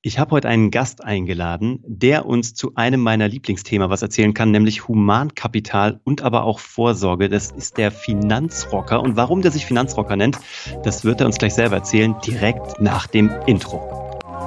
Ich habe heute einen Gast eingeladen, der uns zu einem meiner Lieblingsthemen was erzählen kann, nämlich Humankapital und aber auch Vorsorge. Das ist der Finanzrocker. Und warum der sich Finanzrocker nennt, das wird er uns gleich selber erzählen, direkt nach dem Intro.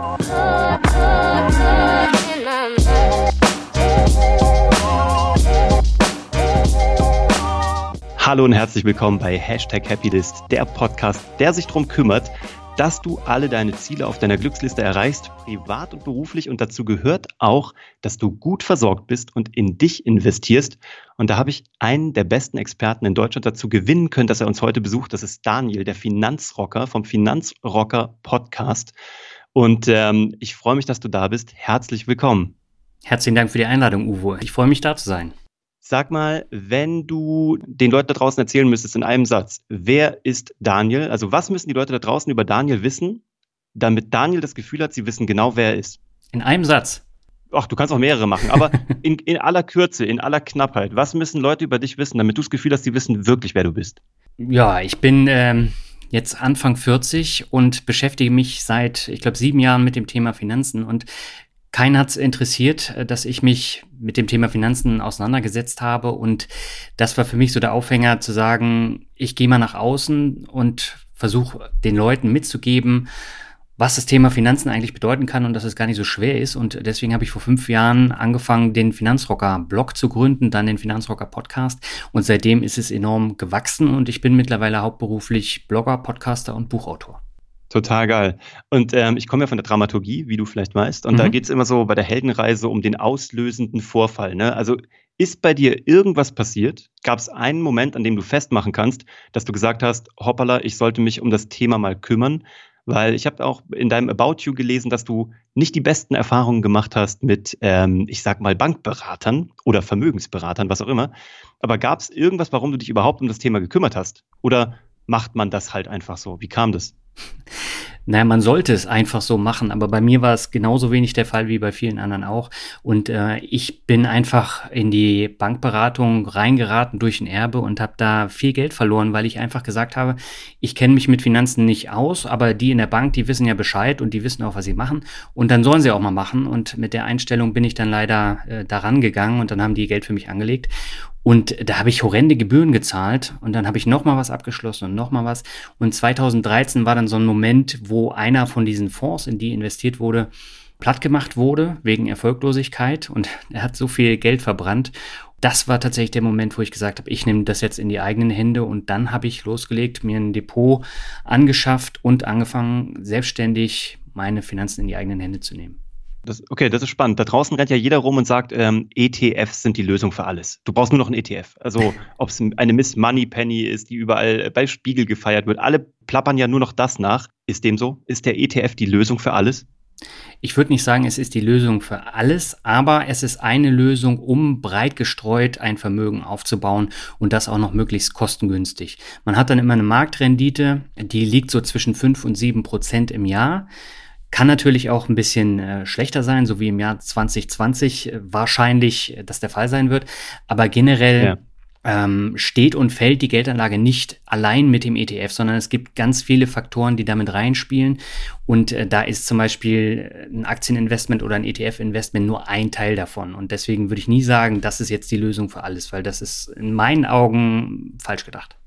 Hallo und herzlich willkommen bei #Happylist, der Podcast, der sich darum kümmert, dass du alle deine Ziele auf deiner Glücksliste erreichst, privat und beruflich. Und dazu gehört auch, dass du gut versorgt bist und in dich investierst. Und da habe ich einen der besten Experten in Deutschland dazu gewinnen können, dass er uns heute besucht. Das ist Daniel, der Finanzrocker vom Finanzrocker Podcast. Und ich freue mich, dass du da bist. Herzlich willkommen. Herzlichen Dank für die Einladung, Uwe. Ich freue mich, da zu sein. Sag mal, wenn du den Leuten da draußen erzählen müsstest in einem Satz, wer ist Daniel? Also was müssen die Leute da draußen über Daniel wissen, damit Daniel das Gefühl hat, sie wissen genau, wer er ist? In einem Satz? Ach, du kannst auch mehrere machen, aber in aller Kürze, in aller Knappheit. Was müssen Leute über dich wissen, damit du das Gefühl hast, sie wissen wirklich, wer du bist? Ja, ich bin jetzt Anfang 40 und beschäftige mich seit, ich glaube, 7 Jahren mit dem Thema Finanzen. Und keinen hat es interessiert, dass ich mich mit dem Thema Finanzen auseinandergesetzt habe. Und das war für mich so der Aufhänger zu sagen, ich gehe mal nach außen und versuche den Leuten mitzugeben, was das Thema Finanzen eigentlich bedeuten kann und dass es gar nicht so schwer ist. Und deswegen habe ich vor 5 Jahren angefangen, den Finanzrocker-Blog zu gründen, dann den Finanzrocker-Podcast. Und seitdem ist es enorm gewachsen und ich bin mittlerweile hauptberuflich Blogger, Podcaster und Buchautor. Total geil. Und ich komme ja von der Dramaturgie, wie du vielleicht weißt. Und da geht es immer so bei der Heldenreise um den auslösenden Vorfall. Ne? Also ist bei dir irgendwas passiert? Gab es einen Moment, an dem du festmachen kannst, dass du gesagt hast, hoppala, ich sollte mich um das Thema mal kümmern? Weil ich habe auch in deinem About You gelesen, dass du nicht die besten Erfahrungen gemacht hast mit, ich sag mal, Bankberatern oder Vermögensberatern, was auch immer. Aber gab es irgendwas, warum du dich überhaupt um das Thema gekümmert hast? Oder macht man das halt einfach so? Wie kam das? Naja, man sollte es einfach so machen, aber bei mir war es genauso wenig der Fall wie bei vielen anderen auch. Und ich bin einfach in die Bankberatung reingeraten durch ein Erbe und habe da viel Geld verloren, weil ich einfach gesagt habe, ich kenne mich mit Finanzen nicht aus, aber die in der Bank, die wissen ja Bescheid und die wissen auch, was sie machen. Und dann sollen sie auch mal machen. Und mit der Einstellung bin ich dann leider daran gegangen und dann haben die Geld für mich angelegt. Und da habe ich horrende Gebühren gezahlt und dann habe ich nochmal was abgeschlossen und nochmal was. Und 2013 war dann so ein Moment, wo einer von diesen Fonds, in die investiert wurde, platt gemacht wurde wegen Erfolglosigkeit und er hat so viel Geld verbrannt. Das war tatsächlich der Moment, wo ich gesagt habe, ich nehme das jetzt in die eigenen Hände und dann habe ich losgelegt, mir ein Depot angeschafft und angefangen, selbstständig meine Finanzen in die eigenen Hände zu nehmen. Das ist spannend. Da draußen rennt ja jeder rum und sagt, ETFs sind die Lösung für alles. Du brauchst nur noch einen ETF. Also ob es eine Miss Moneypenny ist, die überall bei Spiegel gefeiert wird. Alle plappern ja nur noch das nach. Ist dem so? Ist der ETF die Lösung für alles? Ich würde nicht sagen, es ist die Lösung für alles, aber es ist eine Lösung, um breit gestreut ein Vermögen aufzubauen und das auch noch möglichst kostengünstig. Man hat dann immer eine Marktrendite, die liegt so zwischen 5 und 7% im Jahr. Kann natürlich auch ein bisschen schlechter sein, so wie im Jahr 2020 wahrscheinlich das der Fall sein wird. Aber generell steht und fällt die Geldanlage nicht allein mit dem ETF, sondern es gibt ganz viele Faktoren, die damit reinspielen. Und da ist zum Beispiel ein Aktieninvestment oder ein ETF-Investment nur ein Teil davon. Und deswegen würde ich nie sagen, das ist jetzt die Lösung für alles, weil das ist in meinen Augen falsch gedacht.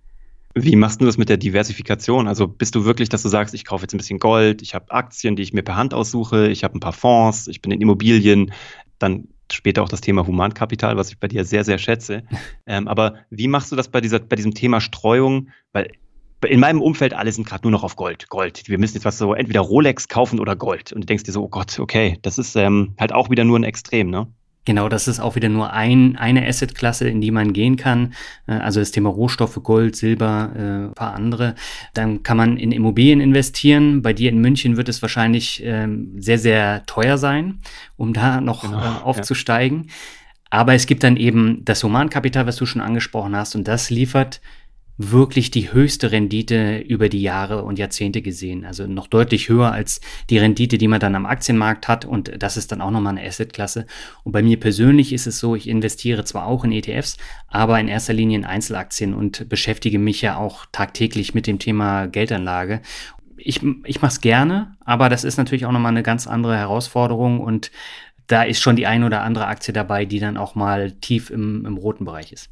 Wie machst du das mit der Diversifikation? Also bist du wirklich, dass du sagst, ich kaufe jetzt ein bisschen Gold, ich habe Aktien, die ich mir per Hand aussuche, ich habe ein paar Fonds, ich bin in Immobilien, dann später auch das Thema Humankapital, was ich bei dir sehr, sehr schätze. Aber wie machst du das bei diesem Thema Streuung? Weil in meinem Umfeld alle sind gerade nur noch auf Gold. Wir müssen jetzt was so entweder Rolex kaufen oder Gold. Und du denkst dir so, oh Gott, okay, das ist halt auch wieder nur ein Extrem, ne? Genau, das ist auch wieder nur eine Assetklasse, in die man gehen kann. Also das Thema Rohstoffe, Gold, Silber, ein paar andere. Dann kann man in Immobilien investieren. Bei dir in München wird es wahrscheinlich sehr, sehr teuer sein, um da noch aufzusteigen. Ja. Aber es gibt dann eben das Humankapital, was du schon angesprochen hast. Und das liefert wirklich die höchste Rendite über die Jahre und Jahrzehnte gesehen. Also noch deutlich höher als die Rendite, die man dann am Aktienmarkt hat. Und das ist dann auch nochmal eine Assetklasse. Und bei mir persönlich ist es so, ich investiere zwar auch in ETFs, aber in erster Linie in Einzelaktien und beschäftige mich ja auch tagtäglich mit dem Thema Geldanlage. ich mache es gerne, aber das ist natürlich auch nochmal eine ganz andere Herausforderung und da ist schon die ein oder andere Aktie dabei, die dann auch mal tief im roten Bereich ist.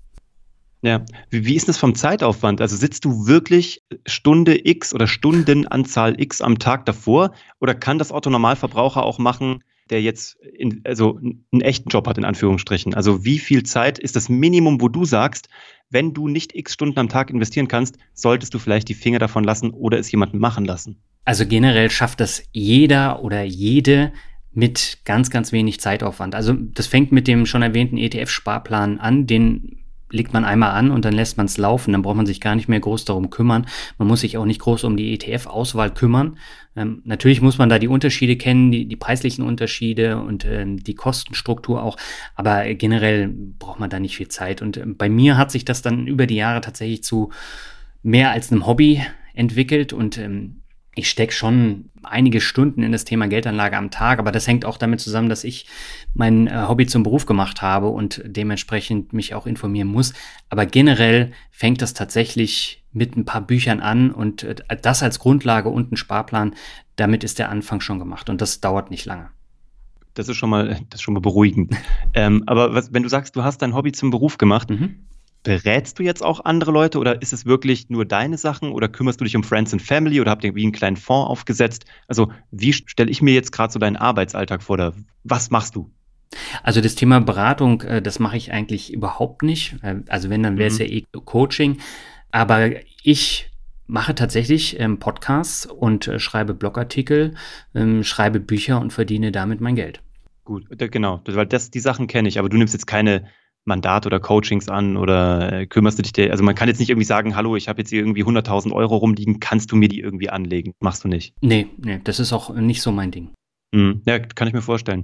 Ja, wie ist das vom Zeitaufwand? Also sitzt du wirklich Stunde X oder Stundenanzahl X am Tag davor oder kann das Otto-Normalverbraucher auch machen, der jetzt also einen echten Job hat, in Anführungsstrichen? Also wie viel Zeit ist das Minimum, wo du sagst, wenn du nicht X Stunden am Tag investieren kannst, solltest du vielleicht die Finger davon lassen oder es jemanden machen lassen? Also generell schafft das jeder oder jede mit ganz, ganz wenig Zeitaufwand. Also das fängt mit dem schon erwähnten ETF-Sparplan an, den legt man einmal an und dann lässt man es laufen. Dann braucht man sich gar nicht mehr groß darum kümmern. Man muss sich auch nicht groß um die ETF-Auswahl kümmern. Natürlich muss man da die Unterschiede kennen, die preislichen Unterschiede und die Kostenstruktur auch. Aber generell braucht man da nicht viel Zeit. Und bei mir hat sich das dann über die Jahre tatsächlich zu mehr als einem Hobby entwickelt und ich stecke schon einige Stunden in das Thema Geldanlage am Tag, aber das hängt auch damit zusammen, dass ich mein Hobby zum Beruf gemacht habe und dementsprechend mich auch informieren muss. Aber generell fängt das tatsächlich mit ein paar Büchern an und das als Grundlage und ein Sparplan, damit ist der Anfang schon gemacht und das dauert nicht lange. Das ist schon mal beruhigend. Aber wenn du sagst, du hast dein Hobby zum Beruf gemacht, berätst du jetzt auch andere Leute oder ist es wirklich nur deine Sachen oder kümmerst du dich um Friends and Family oder habt ihr irgendwie einen kleinen Fonds aufgesetzt? Also wie stelle ich mir jetzt gerade so deinen Arbeitsalltag vor oder was machst du? Also das Thema Beratung, das mache ich eigentlich überhaupt nicht. Also wenn, dann wäre es ja Coaching. Aber ich mache tatsächlich Podcasts und schreibe Blogartikel, schreibe Bücher und verdiene damit mein Geld. Gut, genau, weil die Sachen kenne ich, aber du nimmst jetzt keine Mandate oder Coachings an oder kümmerst du dich also man kann jetzt nicht irgendwie sagen, hallo, ich habe jetzt hier irgendwie 100.000 Euro rumliegen, kannst du mir die irgendwie anlegen? Machst du nicht. Nee, das ist auch nicht so mein Ding. Ja, kann ich mir vorstellen.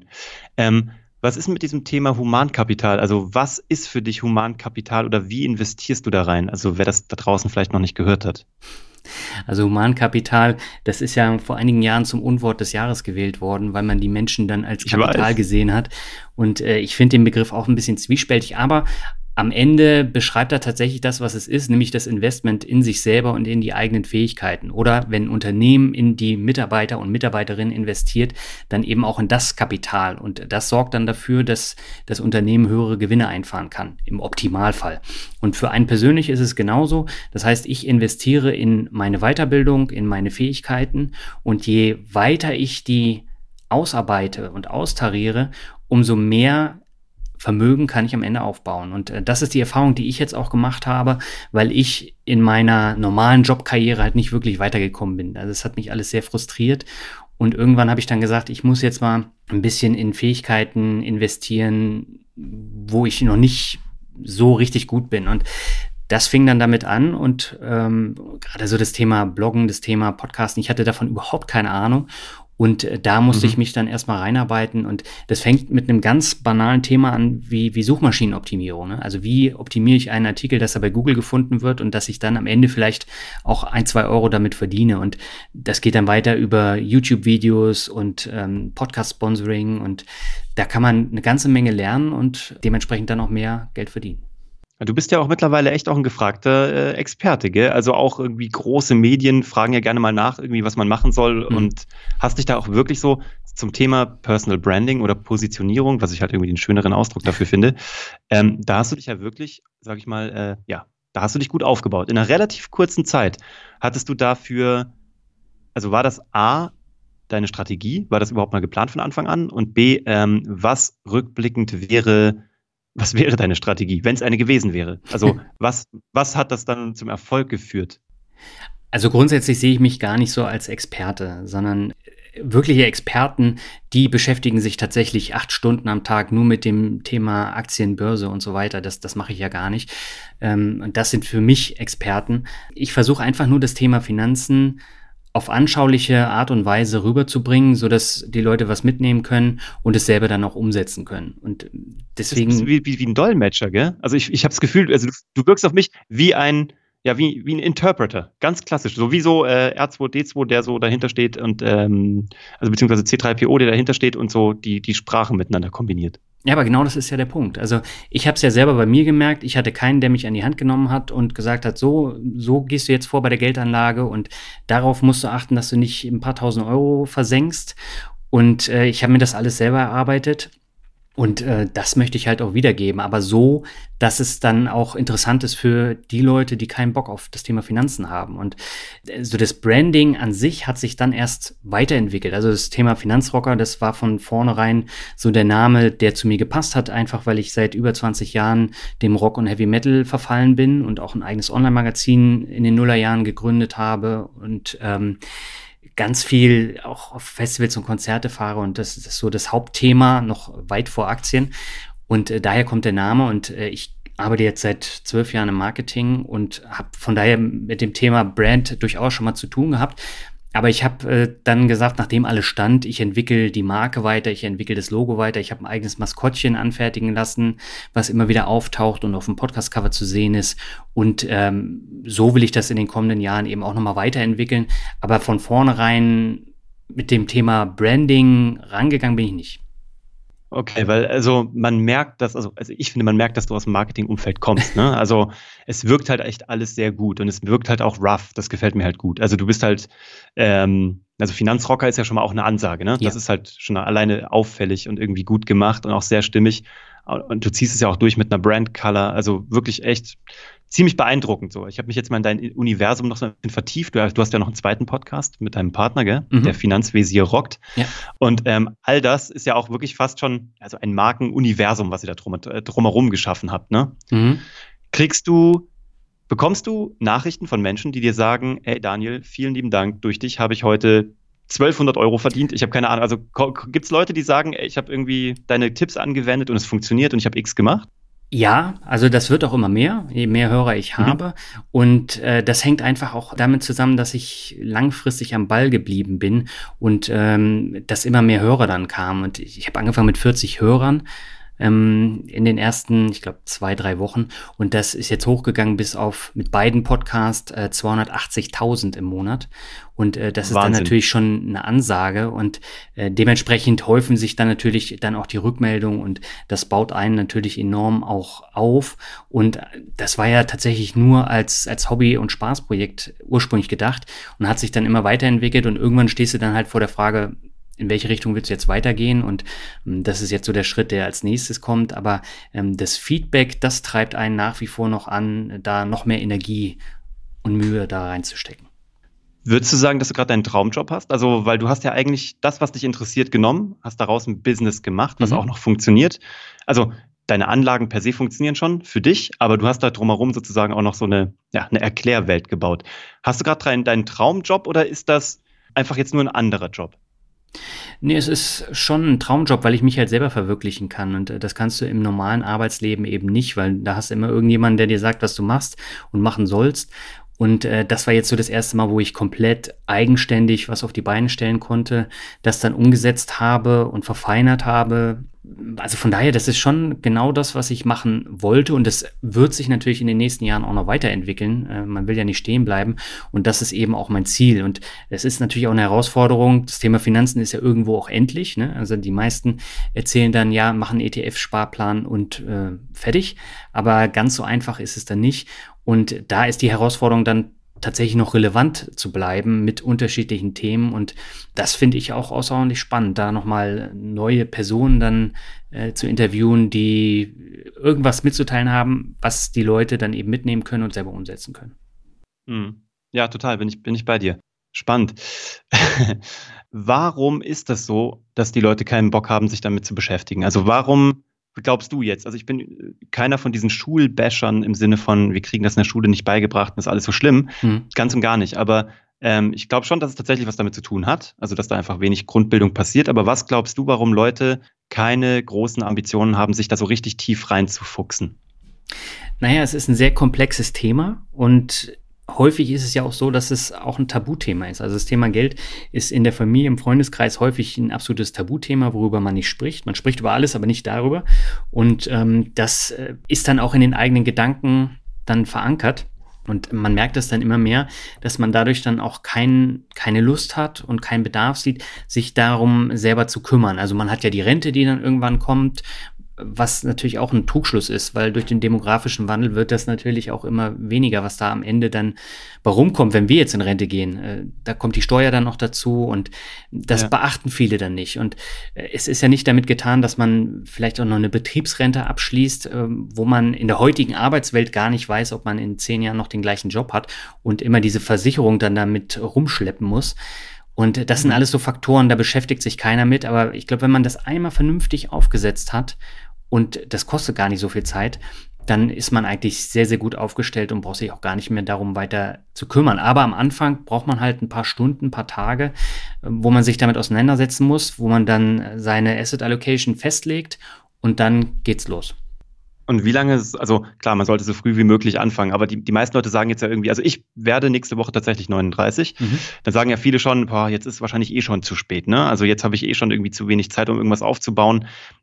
Was ist mit diesem Thema Humankapital? Also was ist für dich Humankapital oder wie investierst du da rein? Also wer das da draußen vielleicht noch nicht gehört hat. Also Humankapital, das ist ja vor einigen Jahren zum Unwort des Jahres gewählt worden, weil man die Menschen dann als Kapital gesehen hat. Und ich finde den Begriff auch ein bisschen zwiespältig, aber am Ende beschreibt er tatsächlich das, was es ist, nämlich das Investment in sich selber und in die eigenen Fähigkeiten. Oder wenn ein Unternehmen in die Mitarbeiter und Mitarbeiterinnen investiert, dann eben auch in das Kapital. Und das sorgt dann dafür, dass das Unternehmen höhere Gewinne einfahren kann, im Optimalfall. Und für einen persönlich ist es genauso. Das heißt, ich investiere in meine Weiterbildung, in meine Fähigkeiten. Und je weiter ich die ausarbeite und austariere, umso mehr Vermögen kann ich am Ende aufbauen. Und das ist die Erfahrung, die ich jetzt auch gemacht habe, weil ich in meiner normalen Jobkarriere halt nicht wirklich weitergekommen bin. Also es hat mich alles sehr frustriert. Und irgendwann habe ich dann gesagt, ich muss jetzt mal ein bisschen in Fähigkeiten investieren, wo ich noch nicht so richtig gut bin. Und das fing dann damit an und gerade so das Thema Bloggen, das Thema Podcasten, ich hatte davon überhaupt keine Ahnung. Und da musste ich mich dann erstmal reinarbeiten. Und das fängt mit einem ganz banalen Thema an, wie Suchmaschinenoptimierung. Ne? Also wie optimiere ich einen Artikel, dass er bei Google gefunden wird und dass ich dann am Ende vielleicht auch 1-2 Euro damit verdiene. Und das geht dann weiter über YouTube-Videos und Podcast-Sponsoring. Und da kann man eine ganze Menge lernen und dementsprechend dann auch mehr Geld verdienen. Du bist ja auch mittlerweile echt auch ein gefragter Experte, gell? Also auch irgendwie große Medien fragen ja gerne mal nach, irgendwie, was man machen soll. Und hast dich da auch wirklich so zum Thema Personal Branding oder Positionierung, was ich halt irgendwie den schöneren Ausdruck dafür finde, da hast du dich ja wirklich, sag ich mal, da hast du dich gut aufgebaut. In einer relativ kurzen Zeit hattest du dafür, also war das A, deine Strategie, war das überhaupt mal geplant von Anfang an? Und B, was rückblickend wäre deine Strategie, wenn es eine gewesen wäre? Also was hat das dann zum Erfolg geführt? Also grundsätzlich sehe ich mich gar nicht so als Experte, sondern wirkliche Experten, die beschäftigen sich tatsächlich 8 Stunden am Tag nur mit dem Thema Aktien, Börse und so weiter. Das mache ich ja gar nicht. Und das sind für mich Experten. Ich versuche einfach nur das Thema Finanzen auf anschauliche Art und Weise rüberzubringen, sodass die Leute was mitnehmen können und es selber dann auch umsetzen können. Und deswegen. Das ist wie ein Dolmetscher, gell? Also ich habe das Gefühl, also du wirkst auf mich wie ein ja, wie ein Interpreter, ganz klassisch, so wie so R2D2, der so dahinter steht und also beziehungsweise C3PO, der dahinter steht und so die Sprachen miteinander kombiniert. Ja, aber genau das ist ja der Punkt. Also ich habe es ja selber bei mir gemerkt, ich hatte keinen, der mich an die Hand genommen hat und gesagt hat, so gehst du jetzt vor bei der Geldanlage und darauf musst du achten, dass du nicht ein paar tausend Euro versenkst. Und ich habe mir das alles selber erarbeitet. Und das möchte ich halt auch wiedergeben, aber so, dass es dann auch interessant ist für die Leute, die keinen Bock auf das Thema Finanzen haben. Und so das Branding an sich hat sich dann erst weiterentwickelt. Also das Thema Finanzrocker, das war von vornherein so der Name, der zu mir gepasst hat, einfach weil ich seit über 20 Jahren dem Rock und Heavy Metal verfallen bin und auch ein eigenes Online-Magazin in den Nullerjahren gegründet habe und ganz viel auch auf Festivals und Konzerte fahre und das ist so das Hauptthema, noch weit vor Aktien. Und daher kommt der Name und ich arbeite jetzt seit 12 Jahren im Marketing und habe von daher mit dem Thema Brand durchaus schon mal zu tun gehabt. Aber ich habe dann gesagt, nachdem alles stand, ich entwickle die Marke weiter, ich entwickle das Logo weiter, ich habe ein eigenes Maskottchen anfertigen lassen, was immer wieder auftaucht und auf dem Podcast-Cover zu sehen ist. Und so will ich das in den kommenden Jahren eben auch nochmal weiterentwickeln. Aber von vornherein mit dem Thema Branding rangegangen bin ich nicht. Okay, weil also man merkt, also ich finde, man merkt, dass du aus dem Marketingumfeld kommst, ne? Also es wirkt halt echt alles sehr gut und es wirkt halt auch rough, das gefällt mir halt gut. Also du bist halt, also Finanzrocker ist ja schon mal auch eine Ansage, ne? Ja. Das ist halt schon alleine auffällig und irgendwie gut gemacht und auch sehr stimmig. Und du ziehst es ja auch durch mit einer Brand-Color, also wirklich echt ziemlich beeindruckend so. Ich habe mich jetzt mal in dein Universum noch so ein bisschen vertieft. Du hast ja noch einen zweiten Podcast mit deinem Partner, gell? Mhm. Der Finanzvisier rockt. Ja. Und all das ist ja auch wirklich fast schon also ein Markenuniversum, was ihr da drumherum geschaffen habt, ne? Mhm. Bekommst du Nachrichten von Menschen, die dir sagen, ey Daniel, vielen lieben Dank, durch dich habe ich heute 1200 Euro verdient. Ich habe keine Ahnung, also gibt es Leute, die sagen, ey, ich habe irgendwie deine Tipps angewendet und es funktioniert und ich habe X gemacht? Ja, also das wird auch immer mehr, je mehr Hörer ich habe. Und das hängt einfach auch damit zusammen, dass ich langfristig am Ball geblieben bin und dass immer mehr Hörer dann kamen. Und ich habe angefangen mit 40 Hörern in den ersten, ich glaube, 2-3 Wochen. Und das ist jetzt hochgegangen bis auf mit beiden Podcasts 280.000 im Monat. Und das ist dann natürlich schon eine Ansage. Und dementsprechend häufen sich dann natürlich dann auch die Rückmeldungen. Und das baut einen natürlich enorm auch auf. Und das war ja tatsächlich nur als Hobby- und Spaßprojekt ursprünglich gedacht und hat sich dann immer weiterentwickelt. Und irgendwann stehst du dann halt vor der Frage, in welche Richtung willst du jetzt weitergehen? Und das ist jetzt so der Schritt, der als nächstes kommt. Aber das Feedback, das treibt einen nach wie vor noch an, da noch mehr Energie und Mühe da reinzustecken. Würdest du sagen, dass du gerade deinen Traumjob hast? Also, weil du hast ja eigentlich das, was dich interessiert, genommen, hast daraus ein Business gemacht, was auch noch funktioniert. Also, deine Anlagen per se funktionieren schon für dich, aber du hast da drumherum sozusagen auch noch so eine Erklärwelt gebaut. Hast du gerade deinen Traumjob oder ist das einfach jetzt nur ein anderer Job? Nee, es ist schon ein Traumjob, weil ich mich halt selber verwirklichen kann. Und das kannst du im normalen Arbeitsleben eben nicht, weil da hast du immer irgendjemanden, der dir sagt, was du machst und machen sollst. Und das war jetzt so das erste Mal, wo ich komplett eigenständig was auf die Beine stellen konnte, das dann umgesetzt habe und verfeinert habe. Also von daher, das ist schon genau das, was ich machen wollte. Und das wird sich natürlich in den nächsten Jahren auch noch weiterentwickeln. Man will ja nicht stehen bleiben. Und das ist eben auch mein Ziel. Und es ist natürlich auch eine Herausforderung. Das Thema Finanzen ist ja irgendwo auch endlich, ne? Also die meisten erzählen dann, ja, machen ETF-Sparplan und fertig. Aber ganz so einfach ist es dann nicht. Und da ist die Herausforderung dann tatsächlich noch relevant zu bleiben mit unterschiedlichen Themen. Und das finde ich auch außerordentlich spannend, da nochmal neue Personen dann zu interviewen, die irgendwas mitzuteilen haben, was die Leute dann eben mitnehmen können und selber umsetzen können. Ja, total, bin ich bei dir. Spannend. Warum ist das so, dass die Leute keinen Bock haben, sich damit zu beschäftigen? Also warum glaubst du jetzt? Also ich bin keiner von diesen Schulbashern im Sinne von, wir kriegen das in der Schule nicht beigebracht und ist alles so schlimm. Ganz und gar nicht. Aber ich glaube schon, dass es tatsächlich was damit zu tun hat. Also dass da einfach wenig Grundbildung passiert. Aber was glaubst du, warum Leute keine großen Ambitionen haben, sich da so richtig tief reinzufuchsen? Naja, es ist ein sehr komplexes Thema und häufig ist es ja auch so, dass es auch ein Tabuthema ist. Also das Thema Geld ist in der Familie, im Freundeskreis häufig ein absolutes Tabuthema, worüber man nicht spricht. Man spricht über alles, aber nicht darüber. Und das ist dann auch in den eigenen Gedanken dann verankert. Und man merkt es dann immer mehr, dass man dadurch dann auch keine Lust hat und keinen Bedarf sieht, sich darum selber zu kümmern. Also man hat ja die Rente, die dann irgendwann kommt, was natürlich auch ein Trugschluss ist, weil durch den demografischen Wandel wird das natürlich auch immer weniger, was da am Ende dann bei rumkommt, wenn wir jetzt in Rente gehen. Da kommt die Steuer dann noch dazu und das beachten viele dann nicht. Und es ist ja nicht damit getan, dass man vielleicht auch noch eine Betriebsrente abschließt, wo man in der heutigen Arbeitswelt gar nicht weiß, ob man in 10 Jahren noch den gleichen Job hat und immer diese Versicherung dann damit rumschleppen muss. Und das sind alles so Faktoren, da beschäftigt sich keiner mit. Aber ich glaube, wenn man das einmal vernünftig aufgesetzt hat und das kostet gar nicht so viel Zeit, dann ist man eigentlich sehr, sehr gut aufgestellt und braucht sich auch gar nicht mehr darum weiter zu kümmern. Aber am Anfang braucht man halt ein paar Stunden, ein paar Tage, wo man sich damit auseinandersetzen muss, wo man dann seine Asset Allocation festlegt und dann geht's los. Und wie lange also klar, man sollte so früh wie möglich anfangen, aber die meisten Leute sagen jetzt ja irgendwie, also ich werde nächste Woche tatsächlich 39, dann sagen ja viele schon, boah, jetzt ist wahrscheinlich eh schon zu spät, ne? Also jetzt habe ich eh schon irgendwie zu wenig Zeit, um irgendwas aufzubauen.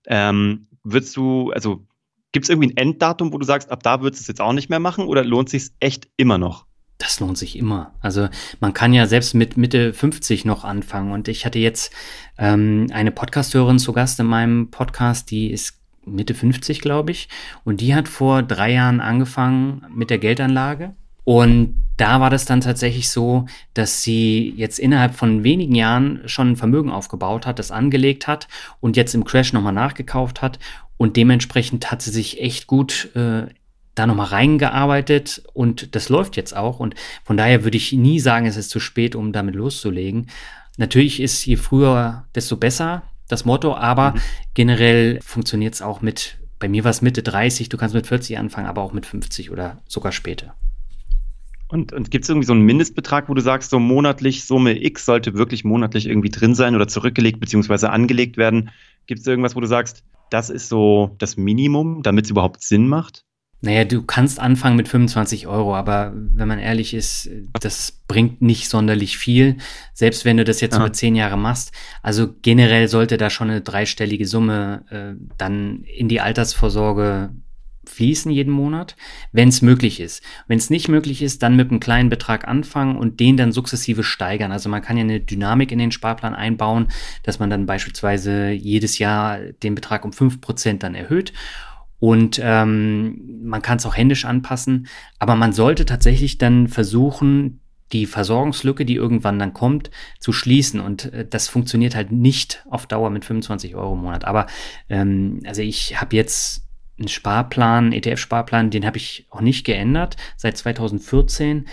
Gibt es irgendwie ein Enddatum, wo du sagst, ab da würdest du es jetzt auch nicht mehr machen oder lohnt sich echt immer noch? Das lohnt sich immer. Also man kann ja selbst mit Mitte 50 noch anfangen. Und ich hatte jetzt eine Podcasthörerin zu Gast in meinem Podcast, die ist Mitte 50, glaube ich. Und die hat vor 3 Jahren angefangen mit der Geldanlage. Und da war das dann tatsächlich so, dass sie jetzt innerhalb von wenigen Jahren schon ein Vermögen aufgebaut hat, das angelegt hat und jetzt im Crash nochmal nachgekauft hat. Und dementsprechend hat sie sich echt gut da nochmal reingearbeitet und das läuft jetzt auch. Und von daher würde ich nie sagen, es ist zu spät, um damit loszulegen. Natürlich ist je früher, desto besser das Motto, aber generell funktioniert es auch bei mir war es Mitte 30, du kannst mit 40 anfangen, aber auch mit 50 oder sogar später. Und gibt es irgendwie so einen Mindestbetrag, wo du sagst, so monatlich Summe X sollte wirklich monatlich irgendwie drin sein oder zurückgelegt bzw. angelegt werden? Gibt es irgendwas, wo du sagst, das ist so das Minimum, damit es überhaupt Sinn macht? Naja, du kannst anfangen mit 25 Euro, aber wenn man ehrlich ist, das bringt nicht sonderlich viel, selbst wenn du das jetzt über 10 Jahre machst. Also generell sollte da schon eine 3-stellige Summe dann in die Altersvorsorge fließen jeden Monat, wenn es möglich ist. Wenn es nicht möglich ist, dann mit einem kleinen Betrag anfangen und den dann sukzessive steigern. Also man kann ja eine Dynamik in den Sparplan einbauen, dass man dann beispielsweise jedes Jahr den Betrag um 5% dann erhöht. Und man kann es auch händisch anpassen, aber man sollte tatsächlich dann versuchen, die Versorgungslücke, die irgendwann dann kommt, zu schließen. Und das funktioniert halt nicht auf Dauer mit 25 Euro im Monat. Aber also ich habe jetzt einen Sparplan, ETF-Sparplan, den habe ich auch nicht geändert, seit 2014,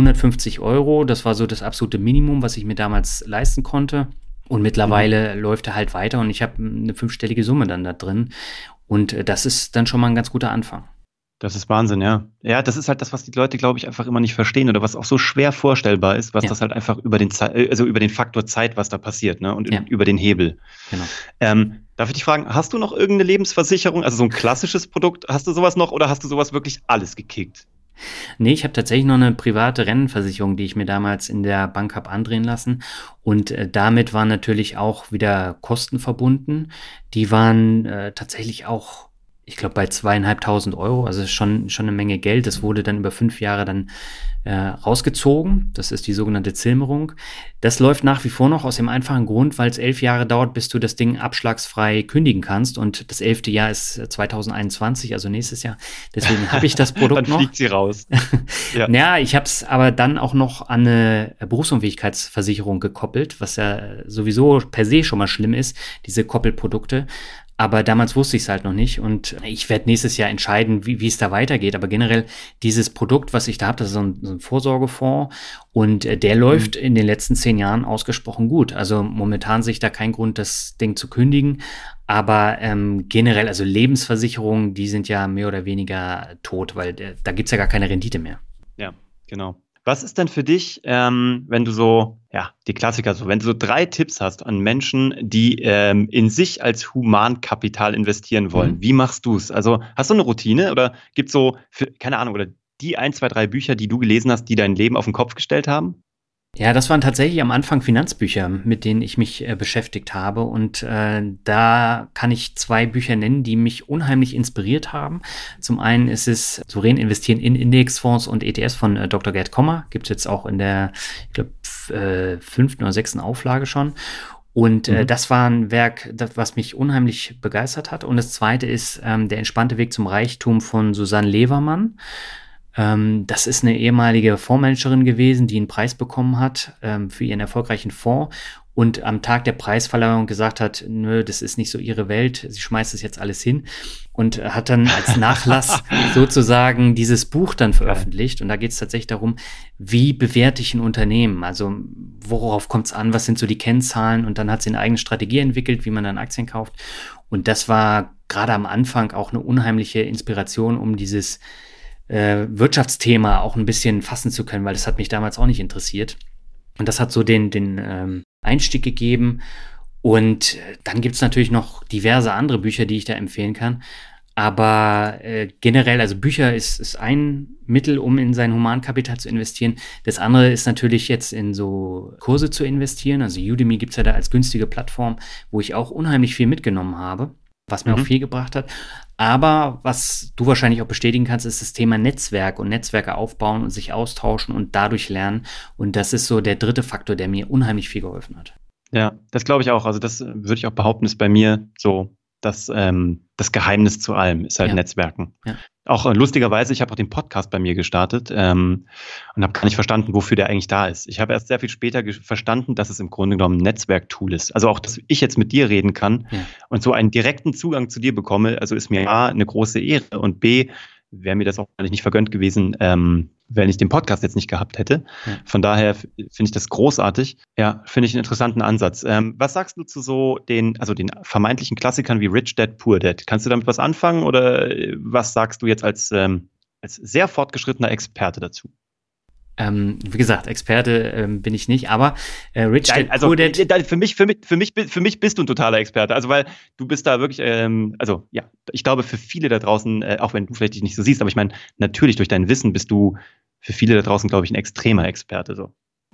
150 Euro. Das war so das absolute Minimum, was ich mir damals leisten konnte. Und mittlerweile läuft er halt weiter und ich habe eine 5-stellige Summe dann da drin. Und das ist dann schon mal ein ganz guter Anfang. Das ist Wahnsinn, ja. Ja, das ist halt das, was die Leute, glaube ich, einfach immer nicht verstehen oder was auch so schwer vorstellbar ist, was das halt einfach über den Faktor Zeit, was da passiert, ne? Und über den Hebel. Genau. Darf ich dich fragen, hast du noch irgendeine Lebensversicherung, also so ein klassisches Produkt, hast du sowas noch oder hast du sowas wirklich alles gekickt? Nee, ich habe tatsächlich noch eine private Rennversicherung, die ich mir damals in der Bank habe andrehen lassen. Und damit waren natürlich auch wieder Kosten verbunden. Die waren tatsächlich auch, ich glaube, bei 2.500 Euro. Also schon eine Menge Geld. Das wurde dann über 5 Jahre dann rausgezogen. Das ist die sogenannte Zilmerung. Das läuft nach wie vor noch aus dem einfachen Grund, weil es 11 Jahre dauert, bis du das Ding abschlagsfrei kündigen kannst. Und das 11. Jahr ist 2021, also nächstes Jahr. Deswegen habe ich das Produkt dann noch. Dann fliegt sie raus. Ja, ich habe es aber dann auch noch an eine Berufsunfähigkeitsversicherung gekoppelt, was ja sowieso per se schon mal schlimm ist, diese Koppelprodukte. Aber damals wusste ich es halt noch nicht und ich werde nächstes Jahr entscheiden, wie es da weitergeht. Aber generell dieses Produkt, was ich da habe, das ist so ein Vorsorgefonds und der läuft in den letzten 10 Jahren ausgesprochen gut. Also momentan sehe ich da keinen Grund, das Ding zu kündigen. Aber generell, also Lebensversicherungen, die sind ja mehr oder weniger tot, weil da gibt's ja gar keine Rendite mehr. Ja, genau. Was ist denn für dich, wenn du so, die Klassiker, so, wenn du so 3 Tipps hast an Menschen, die in sich als Humankapital investieren wollen, wie machst du es? Also hast du eine Routine oder gibt's so, keine Ahnung, oder die 1, 2, 3 Bücher, die du gelesen hast, die dein Leben auf den Kopf gestellt haben? Ja, das waren tatsächlich am Anfang Finanzbücher, mit denen ich mich beschäftigt habe. Und da kann ich 2 Bücher nennen, die mich unheimlich inspiriert haben. Zum einen ist es Souverän investieren in Indexfonds und ETFs von Dr. Gerd Kommer. Gibt es jetzt auch in der, ich glaube, 5. oder 6. Auflage schon. Und das war ein Werk, was mich unheimlich begeistert hat. Und das zweite ist Der entspannte Weg zum Reichtum von Susanne Levermann. Das ist eine ehemalige Fondsmanagerin gewesen, die einen Preis bekommen hat für ihren erfolgreichen Fonds und am Tag der Preisverleihung gesagt hat, nö, das ist nicht so ihre Welt, sie schmeißt das jetzt alles hin und hat dann als Nachlass sozusagen dieses Buch dann veröffentlicht. Und da geht es tatsächlich darum, wie bewerte ich ein Unternehmen, also worauf kommt es an, was sind so die Kennzahlen, und dann hat sie eine eigene Strategie entwickelt, wie man dann Aktien kauft. Und das war gerade am Anfang auch eine unheimliche Inspiration, um dieses Wirtschaftsthema auch ein bisschen fassen zu können, weil das hat mich damals auch nicht interessiert. Und das hat so den Einstieg gegeben. Und dann gibt es natürlich noch diverse andere Bücher, die ich da empfehlen kann. Aber generell, also Bücher ist ein Mittel, um in sein Humankapital zu investieren. Das andere ist natürlich jetzt in so Kurse zu investieren. Also Udemy gibt es ja da als günstige Plattform, wo ich auch unheimlich viel mitgenommen habe, was mir auch viel gebracht hat. Aber was du wahrscheinlich auch bestätigen kannst, ist das Thema Netzwerk und Netzwerke aufbauen und sich austauschen und dadurch lernen. Und das ist so der dritte Faktor, der mir unheimlich viel geholfen hat. Ja, das glaube ich auch. Also das würde ich auch behaupten, ist bei mir so das Geheimnis zu allem, ist halt Netzwerken. Ja. Auch lustigerweise, ich habe auch den Podcast bei mir gestartet und habe gar nicht verstanden, wofür der eigentlich da ist. Ich habe erst sehr viel später verstanden, dass es im Grunde genommen ein Netzwerktool ist. Also auch, dass ich jetzt mit dir reden kann und so einen direkten Zugang zu dir bekomme, also ist mir A, eine große Ehre und B, wäre mir das auch eigentlich nicht vergönnt gewesen, wenn ich den Podcast jetzt nicht gehabt hätte. Ja. Von daher finde ich das großartig. Ja, finde ich einen interessanten Ansatz. Was sagst du zu so den vermeintlichen Klassikern wie Rich Dad, Poor Dad? Kannst du damit was anfangen oder was sagst du jetzt als sehr fortgeschrittener Experte dazu? Wie gesagt, Experte bin ich nicht, aber Rich Dad, also, Poor Dad. Für mich bist du ein totaler Experte. Also, weil du bist da wirklich, ich glaube, für viele da draußen, auch wenn du vielleicht dich nicht so siehst, aber ich meine, natürlich durch dein Wissen bist du für viele da draußen, glaube ich, ein extremer Experte. So.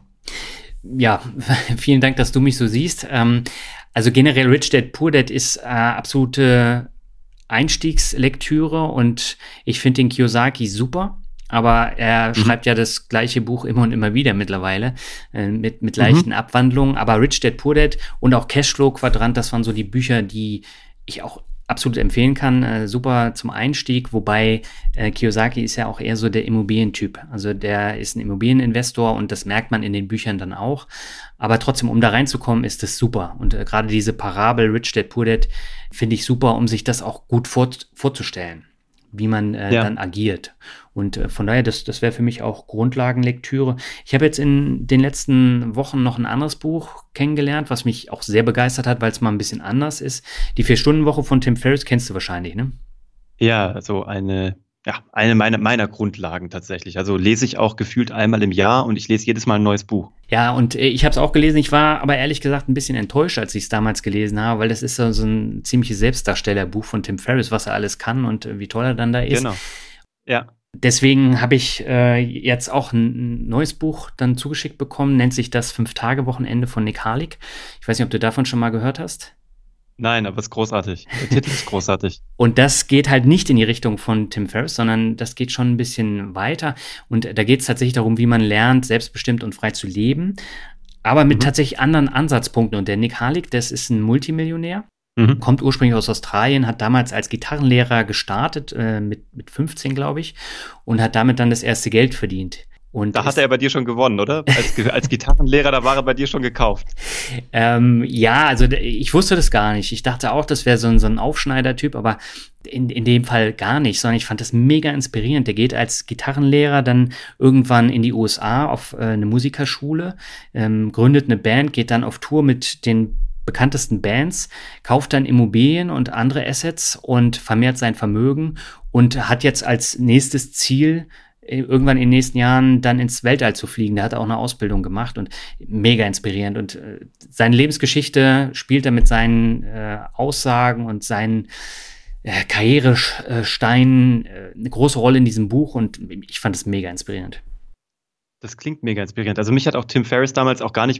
Ja, vielen Dank, dass du mich so siehst. Also generell Rich Dad, Poor Dad ist absolute Einstiegslektüre und ich finde den Kiyosaki super. Aber er schreibt ja das gleiche Buch immer und immer wieder mittlerweile, mit leichten Abwandlungen. Aber Rich Dad, Poor Dad und auch Cashflow-Quadrant, das waren so die Bücher, die ich auch absolut empfehlen kann. Super zum Einstieg, wobei Kiyosaki ist ja auch eher so der Immobilientyp. Also der ist ein Immobilieninvestor und das merkt man in den Büchern dann auch. Aber trotzdem, um da reinzukommen, ist das super. Und gerade diese Parabel Rich Dad, Poor Dad finde ich super, um sich das auch gut vorzustellen, wie man dann agiert. Und von daher, das wäre für mich auch Grundlagenlektüre. Ich habe jetzt in den letzten Wochen noch ein anderes Buch kennengelernt, was mich auch sehr begeistert hat, weil es mal ein bisschen anders ist. Die 4-Stunden-Woche von Tim Ferriss kennst du wahrscheinlich, ne? Ja, also eine meiner Grundlagen tatsächlich. Also lese ich auch gefühlt einmal im Jahr und ich lese jedes Mal ein neues Buch. Ja, und ich habe es auch gelesen. Ich war aber ehrlich gesagt ein bisschen enttäuscht, als ich es damals gelesen habe, weil das ist so ein ziemliches Selbstdarstellerbuch von Tim Ferriss, was er alles kann und wie toll er dann da ist. Genau, ja. Deswegen habe ich jetzt auch ein neues Buch dann zugeschickt bekommen, nennt sich das 5-Tage-Wochenende von Nick Harlig. Ich weiß nicht, ob du davon schon mal gehört hast. Nein, aber es ist großartig. Der Titel ist großartig. Und das geht halt nicht in die Richtung von Tim Ferriss, sondern das geht schon ein bisschen weiter. Und da geht es tatsächlich darum, wie man lernt, selbstbestimmt und frei zu leben, aber mit tatsächlich anderen Ansatzpunkten. Und der Nick Harlig, das ist ein Multimillionär, kommt ursprünglich aus Australien, hat damals als Gitarrenlehrer gestartet, mit 15, glaube ich, und hat damit dann das erste Geld verdient. Und da hat er bei dir schon gewonnen, oder? Als Gitarrenlehrer, da war er bei dir schon gekauft. Ja, also ich wusste das gar nicht. Ich dachte auch, das wäre so ein Aufschneider-Typ, aber in dem Fall gar nicht, sondern ich fand das mega inspirierend. Der geht als Gitarrenlehrer dann irgendwann in die USA auf eine Musikerschule, gründet eine Band, geht dann auf Tour mit den bekanntesten Bands, kauft dann Immobilien und andere Assets und vermehrt sein Vermögen und hat jetzt als nächstes Ziel, irgendwann in den nächsten Jahren dann ins Weltall zu fliegen. Der hat auch eine Ausbildung gemacht und mega inspirierend. Und seine Lebensgeschichte spielt er mit seinen Aussagen und seinen Karrieresteinen eine große Rolle in diesem Buch und ich fand es mega inspirierend. Das klingt mega inspirierend. Also mich hat auch Tim Ferriss damals auch gar nicht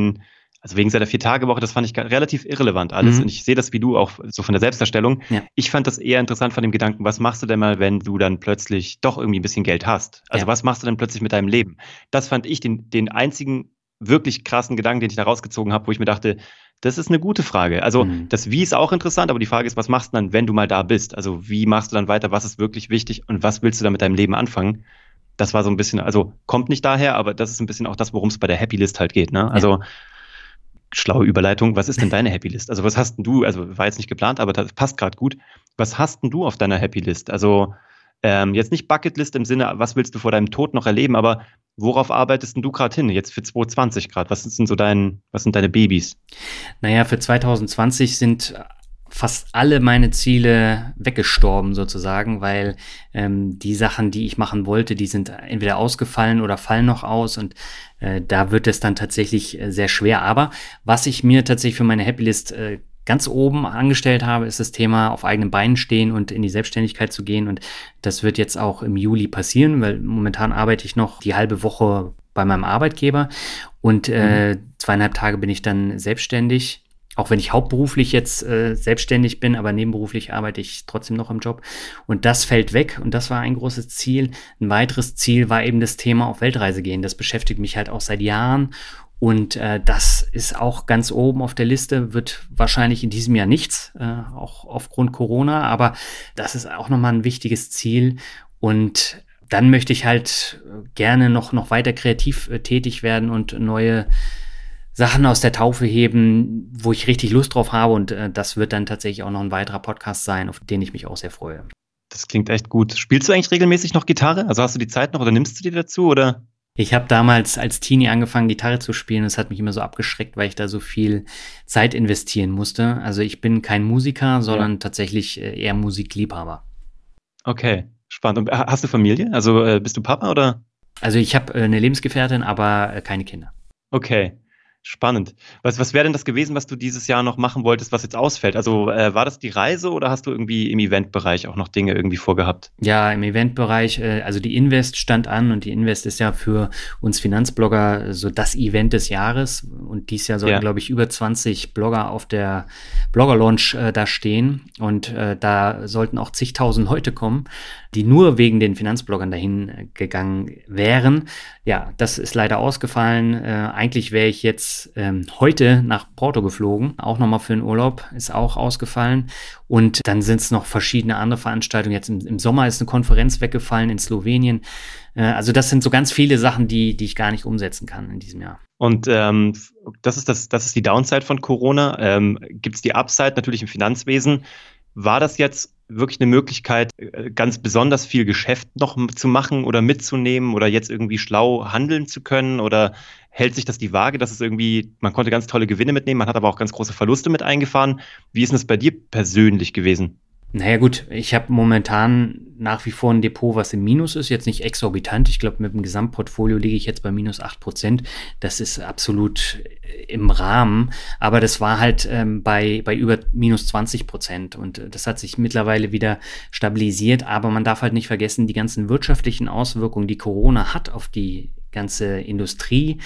wegen seiner 4-Tage-Woche, das fand ich relativ irrelevant alles. Und ich sehe das wie du auch so von der Selbstdarstellung. Ja. Ich fand das eher interessant von dem Gedanken, was machst du denn mal, wenn du dann plötzlich doch irgendwie ein bisschen Geld hast? Also was machst du denn plötzlich mit deinem Leben? Das fand ich den einzigen wirklich krassen Gedanken, den ich da rausgezogen habe, wo ich mir dachte, das ist eine gute Frage. Also das Wie ist auch interessant, aber die Frage ist, was machst du dann, wenn du mal da bist? Also wie machst du dann weiter? Was ist wirklich wichtig und was willst du dann mit deinem Leben anfangen? Das war so ein bisschen, also kommt nicht daher, aber das ist ein bisschen auch das, worum es bei der Happy List halt geht, ne? Also schlaue Überleitung. Was ist denn deine Happy List? Also was hast denn du, also war jetzt nicht geplant, aber das passt gerade gut. Was hast denn du auf deiner Happy List? Also jetzt nicht Bucketlist im Sinne, was willst du vor deinem Tod noch erleben, aber worauf arbeitest denn du gerade hin, jetzt für 2020 gerade? Was sind deine Babys? Naja, für 2020 sind fast alle meine Ziele weggestorben sozusagen, weil die Sachen, die ich machen wollte, die sind entweder ausgefallen oder fallen noch aus und da wird es dann tatsächlich sehr schwer. Aber was ich mir tatsächlich für meine Happy-List ganz oben angestellt habe, ist das Thema auf eigenen Beinen stehen und in die Selbstständigkeit zu gehen. Und das wird jetzt auch im Juli passieren, weil momentan arbeite ich noch die halbe Woche bei meinem Arbeitgeber und 2,5 Tage bin ich dann selbstständig. Auch wenn ich hauptberuflich jetzt selbstständig bin, aber nebenberuflich arbeite ich trotzdem noch im Job. Und das fällt weg und das war ein großes Ziel. Ein weiteres Ziel war eben das Thema auf Weltreise gehen. Das beschäftigt mich halt auch seit Jahren. Und das ist auch ganz oben auf der Liste, wird wahrscheinlich in diesem Jahr nichts, auch aufgrund Corona. Aber das ist auch nochmal ein wichtiges Ziel. Und dann möchte ich halt gerne noch weiter kreativ tätig werden und neue Sachen aus der Taufe heben, wo ich richtig Lust drauf habe. Und das wird dann tatsächlich auch noch ein weiterer Podcast sein, auf den ich mich auch sehr freue. Das klingt echt gut. Spielst du eigentlich regelmäßig noch Gitarre? Also hast du die Zeit noch oder nimmst du die dazu, oder? Ich habe damals als Teenie angefangen, Gitarre zu spielen. Das hat mich immer so abgeschreckt, weil ich da so viel Zeit investieren musste. Also ich bin kein Musiker, sondern tatsächlich eher Musikliebhaber. Okay, spannend. Und hast du Familie? Also bist du Papa, oder? Also ich habe eine Lebensgefährtin, aber keine Kinder. Okay. Spannend. Was wäre denn das gewesen, was du dieses Jahr noch machen wolltest, was jetzt ausfällt? Also war das die Reise oder hast du irgendwie im Eventbereich auch noch Dinge irgendwie vorgehabt? Ja, im Eventbereich, also die Invest stand an und die Invest ist ja für uns Finanzblogger so das Event des Jahres und dieses Jahr sollten, glaube ich, über 20 Blogger auf der Blogger-Launch da stehen und da sollten auch zigtausend Leute kommen, die nur wegen den Finanzbloggern dahin gegangen wären. Ja, das ist leider ausgefallen. Eigentlich wäre ich jetzt heute nach Porto geflogen, auch nochmal für den Urlaub, ist auch ausgefallen. Und dann sind es noch verschiedene andere Veranstaltungen. Jetzt im Sommer ist eine Konferenz weggefallen in Slowenien. Also das sind so ganz viele Sachen, die ich gar nicht umsetzen kann in diesem Jahr. Und das ist die Downside von Corona. Gibt es die Upside natürlich im Finanzwesen? War das jetzt wirklich eine Möglichkeit, ganz besonders viel Geschäft noch zu machen oder mitzunehmen oder jetzt irgendwie schlau handeln zu können? Oder hält sich das die Waage, dass es irgendwie, man konnte ganz tolle Gewinne mitnehmen, man hat aber auch ganz große Verluste mit eingefahren. Wie ist denn das bei dir persönlich gewesen? Naja gut, ich habe momentan nach wie vor ein Depot, was im Minus ist, jetzt nicht exorbitant. Ich glaube, mit dem Gesamtportfolio liege ich jetzt bei minus 8%. Das ist absolut im Rahmen, aber das war halt bei über minus 20% und das hat sich mittlerweile wieder stabilisiert. Aber man darf halt nicht vergessen, die ganzen wirtschaftlichen Auswirkungen, die Corona hat auf die ganze Industrie,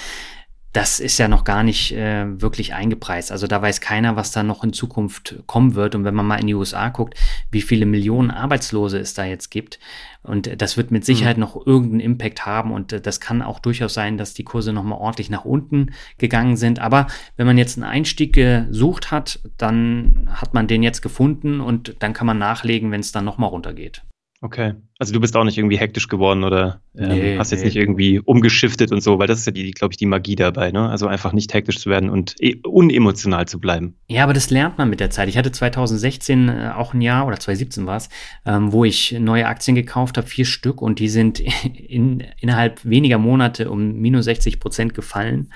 das ist ja noch gar nicht wirklich eingepreist. Also da weiß keiner, was da noch in Zukunft kommen wird. Und wenn man mal in die USA guckt, wie viele Millionen Arbeitslose es da jetzt gibt, und das wird mit Sicherheit noch irgendeinen Impact haben. Und das kann auch durchaus sein, dass die Kurse nochmal ordentlich nach unten gegangen sind. Aber wenn man jetzt einen Einstieg gesucht hat, dann hat man den jetzt gefunden und dann kann man nachlegen, wenn es dann nochmal runtergeht. Okay, also du bist auch nicht irgendwie hektisch geworden oder hast jetzt Nee. nicht irgendwie umgeschiftet und so, weil das ist ja glaube ich, die Magie dabei, ne? Also einfach nicht hektisch zu werden und unemotional zu bleiben. Ja, aber das lernt man mit der Zeit. Ich hatte 2016 auch ein Jahr, oder 2017 war es, wo ich neue Aktien gekauft habe, 4 Stück, und die sind innerhalb weniger Monate um minus 60% gefallen.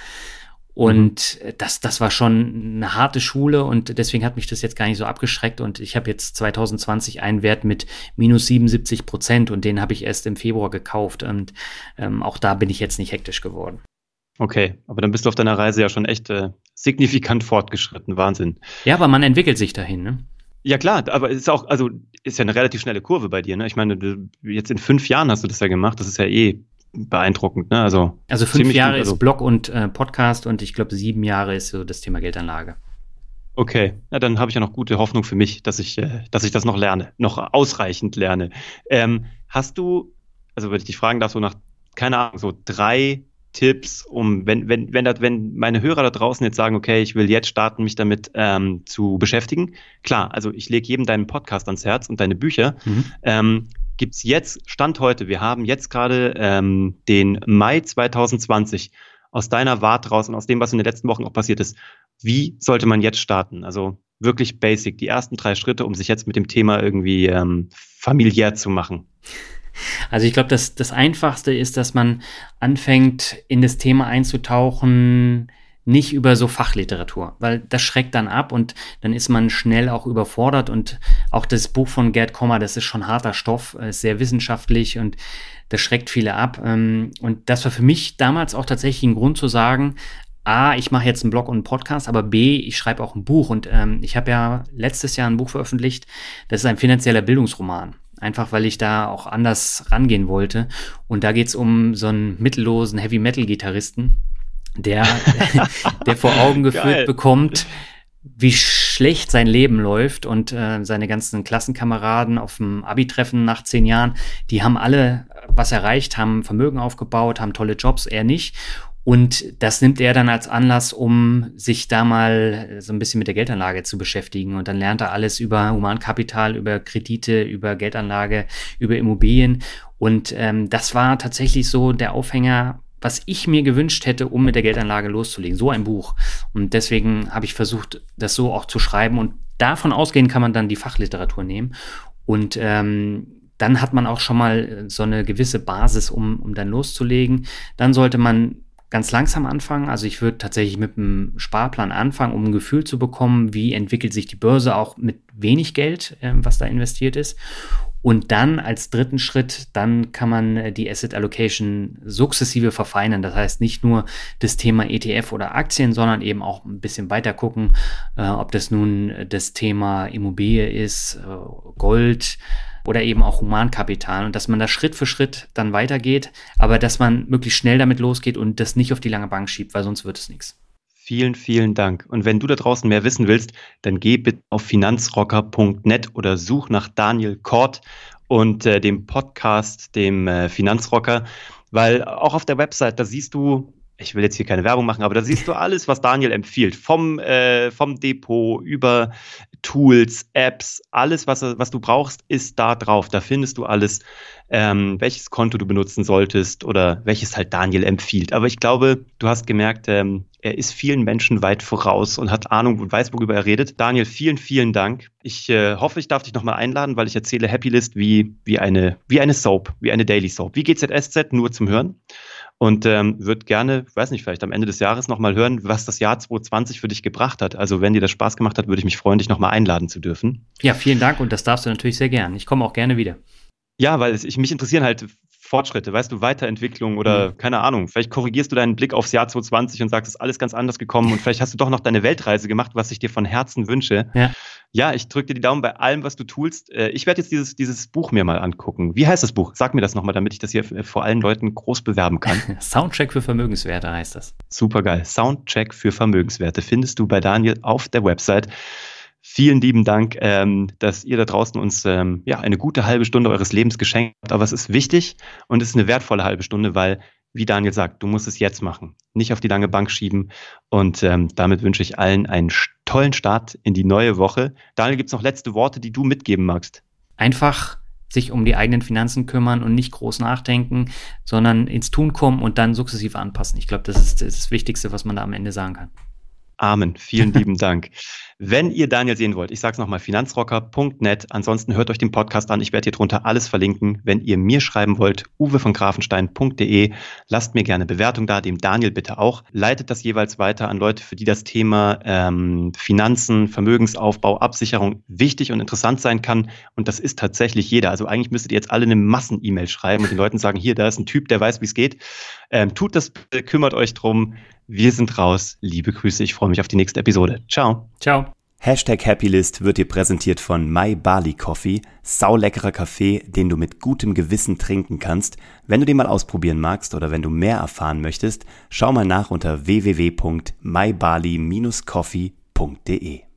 Und das war schon eine harte Schule und deswegen hat mich das jetzt gar nicht so abgeschreckt und ich habe jetzt 2020 einen Wert mit minus 77% und den habe ich erst im Februar gekauft und auch da bin ich jetzt nicht hektisch geworden. Okay, aber dann bist du auf deiner Reise ja schon echt signifikant fortgeschritten. Wahnsinn. Ja, aber man entwickelt sich dahin, ne? Ja klar, aber es ist auch, also ist ja eine relativ schnelle Kurve bei dir, ne? Ich meine, jetzt in 5 Jahren hast du das ja gemacht, das ist ja beeindruckend. Ne? Also 5 Jahre gut, ist Blog und Podcast und ich glaube 7 Jahre ist so das Thema Geldanlage. Okay, na, dann habe ich ja noch gute Hoffnung für mich, dass ich das noch lerne, noch ausreichend lerne. Hast du, also wenn ich dich fragen darf, so nach, keine Ahnung, so 3 Tipps, wenn meine Hörer da draußen jetzt sagen, okay, ich will jetzt starten, mich damit zu beschäftigen. Klar, also ich lege jedem deinen Podcast ans Herz und deine Bücher. Gibt es jetzt, Stand heute, wir haben jetzt gerade den Mai 2020, aus deiner Warte raus und aus dem, was in den letzten Wochen auch passiert ist, wie sollte man jetzt starten? Also wirklich basic, die ersten 3 Schritte, um sich jetzt mit dem Thema irgendwie familiär zu machen. Also ich glaube, das Einfachste ist, dass man anfängt, in das Thema einzutauchen, nicht über so Fachliteratur, weil das schreckt dann ab und dann ist man schnell auch überfordert und auch das Buch von Gerd Kommer, das ist schon harter Stoff, ist sehr wissenschaftlich und das schreckt viele ab. Und das war für mich damals auch tatsächlich ein Grund zu sagen, A, ich mache jetzt einen Blog und einen Podcast, aber B, ich schreibe auch ein Buch und ich habe ja letztes Jahr ein Buch veröffentlicht, das ist ein finanzieller Bildungsroman. Einfach, weil ich da auch anders rangehen wollte. Und da geht es um so einen mittellosen Heavy-Metal-Gitarristen, der vor Augen geführt bekommt, wie schlecht sein Leben läuft und seine ganzen Klassenkameraden auf dem Abi-Treffen nach 10 Jahren, die haben alle was erreicht, haben Vermögen aufgebaut, haben tolle Jobs, er nicht. Und das nimmt er dann als Anlass, um sich da mal so ein bisschen mit der Geldanlage zu beschäftigen. Und dann lernt er alles über Humankapital, über Kredite, über Geldanlage, über Immobilien. Und das war tatsächlich so der Aufhänger, was ich mir gewünscht hätte, um mit der Geldanlage loszulegen. So ein Buch. Und deswegen habe ich versucht, das so auch zu schreiben. Und davon ausgehend kann man dann die Fachliteratur nehmen. Und dann hat man auch schon mal so eine gewisse Basis, um dann loszulegen. Dann sollte man ganz langsam anfangen. Also ich würde tatsächlich mit einem Sparplan anfangen, um ein Gefühl zu bekommen, wie entwickelt sich die Börse auch mit wenig Geld, was da investiert ist. Und dann als dritten Schritt, dann kann man die Asset Allocation sukzessive verfeinern. Das heißt nicht nur das Thema ETF oder Aktien, sondern eben auch ein bisschen weiter gucken, ob das nun das Thema Immobilie ist, Gold, oder eben auch Humankapital und dass man da Schritt für Schritt dann weitergeht, aber dass man möglichst schnell damit losgeht und das nicht auf die lange Bank schiebt, weil sonst wird es nichts. Vielen, vielen Dank. Und wenn du da draußen mehr wissen willst, dann geh bitte auf finanzrocker.net oder such nach Daniel Kort und dem Podcast, dem Finanzrocker, weil auch auf der Website, da siehst du, ich will jetzt hier keine Werbung machen, aber da siehst du alles, was Daniel empfiehlt. Vom Depot über Tools, Apps, alles, was du brauchst, ist da drauf. Da findest du alles, welches Konto du benutzen solltest oder welches halt Daniel empfiehlt. Aber ich glaube, du hast gemerkt, er ist vielen Menschen weit voraus und hat Ahnung und weiß, worüber er redet. Daniel, vielen, vielen Dank. Ich hoffe, ich darf dich nochmal einladen, weil ich erzähle Happylist wie eine Soap, wie eine Daily Soap, wie GZSZ, nur zum Hören. Und würde gerne, weiß nicht, vielleicht am Ende des Jahres nochmal hören, was das Jahr 2020 für dich gebracht hat. Also wenn dir das Spaß gemacht hat, würde ich mich freuen, dich nochmal einladen zu dürfen. Ja, vielen Dank und das darfst du natürlich sehr gern. Ich komme auch gerne wieder. Ja, weil mich interessieren halt Fortschritte, weißt du, Weiterentwicklung oder keine Ahnung. Vielleicht korrigierst du deinen Blick aufs Jahr 2020 und sagst, es ist alles ganz anders gekommen und vielleicht hast du doch noch deine Weltreise gemacht, was ich dir von Herzen wünsche. Ja, ich drücke dir die Daumen bei allem, was du tust. Ich werde jetzt dieses Buch mir mal angucken. Wie heißt das Buch? Sag mir das nochmal, damit ich das hier vor allen Leuten groß bewerben kann. Soundcheck für Vermögenswerte heißt das. Supergeil. Soundcheck für Vermögenswerte findest du bei Daniel auf der Website. Vielen lieben Dank, dass ihr da draußen uns eine gute halbe Stunde eures Lebens geschenkt habt. Aber es ist wichtig und es ist eine wertvolle halbe Stunde, weil, wie Daniel sagt, du musst es jetzt machen, nicht auf die lange Bank schieben. Und damit wünsche ich allen einen tollen Start in die neue Woche. Daniel, gibt es noch letzte Worte, die du mitgeben magst? Einfach sich um die eigenen Finanzen kümmern und nicht groß nachdenken, sondern ins Tun kommen und dann sukzessive anpassen. Ich glaube, das ist das Wichtigste, was man da am Ende sagen kann. Amen. Vielen lieben Dank. Wenn ihr Daniel sehen wollt, ich sage es nochmal, finanzrocker.net. Ansonsten hört euch den Podcast an. Ich werde hier drunter alles verlinken. Wenn ihr mir schreiben wollt, uwe-von-grafenstein.de. Lasst mir gerne Bewertung da, dem Daniel bitte auch. Leitet das jeweils weiter an Leute, für die das Thema Finanzen, Vermögensaufbau, Absicherung wichtig und interessant sein kann. Und das ist tatsächlich jeder. Also eigentlich müsstet ihr jetzt alle eine Massen-E-Mail schreiben und den Leuten sagen, hier, da ist ein Typ, der weiß, wie es geht. Tut das bitte, kümmert euch drum. Wir sind raus. Liebe Grüße, ich freue mich auf die nächste Episode. Ciao. Ciao. #Happylist wird dir präsentiert von My Barley Coffee, sauleckerer Kaffee, den du mit gutem Gewissen trinken kannst. Wenn du den mal ausprobieren magst oder wenn du mehr erfahren möchtest, schau mal nach unter www.mybarley-coffee.de.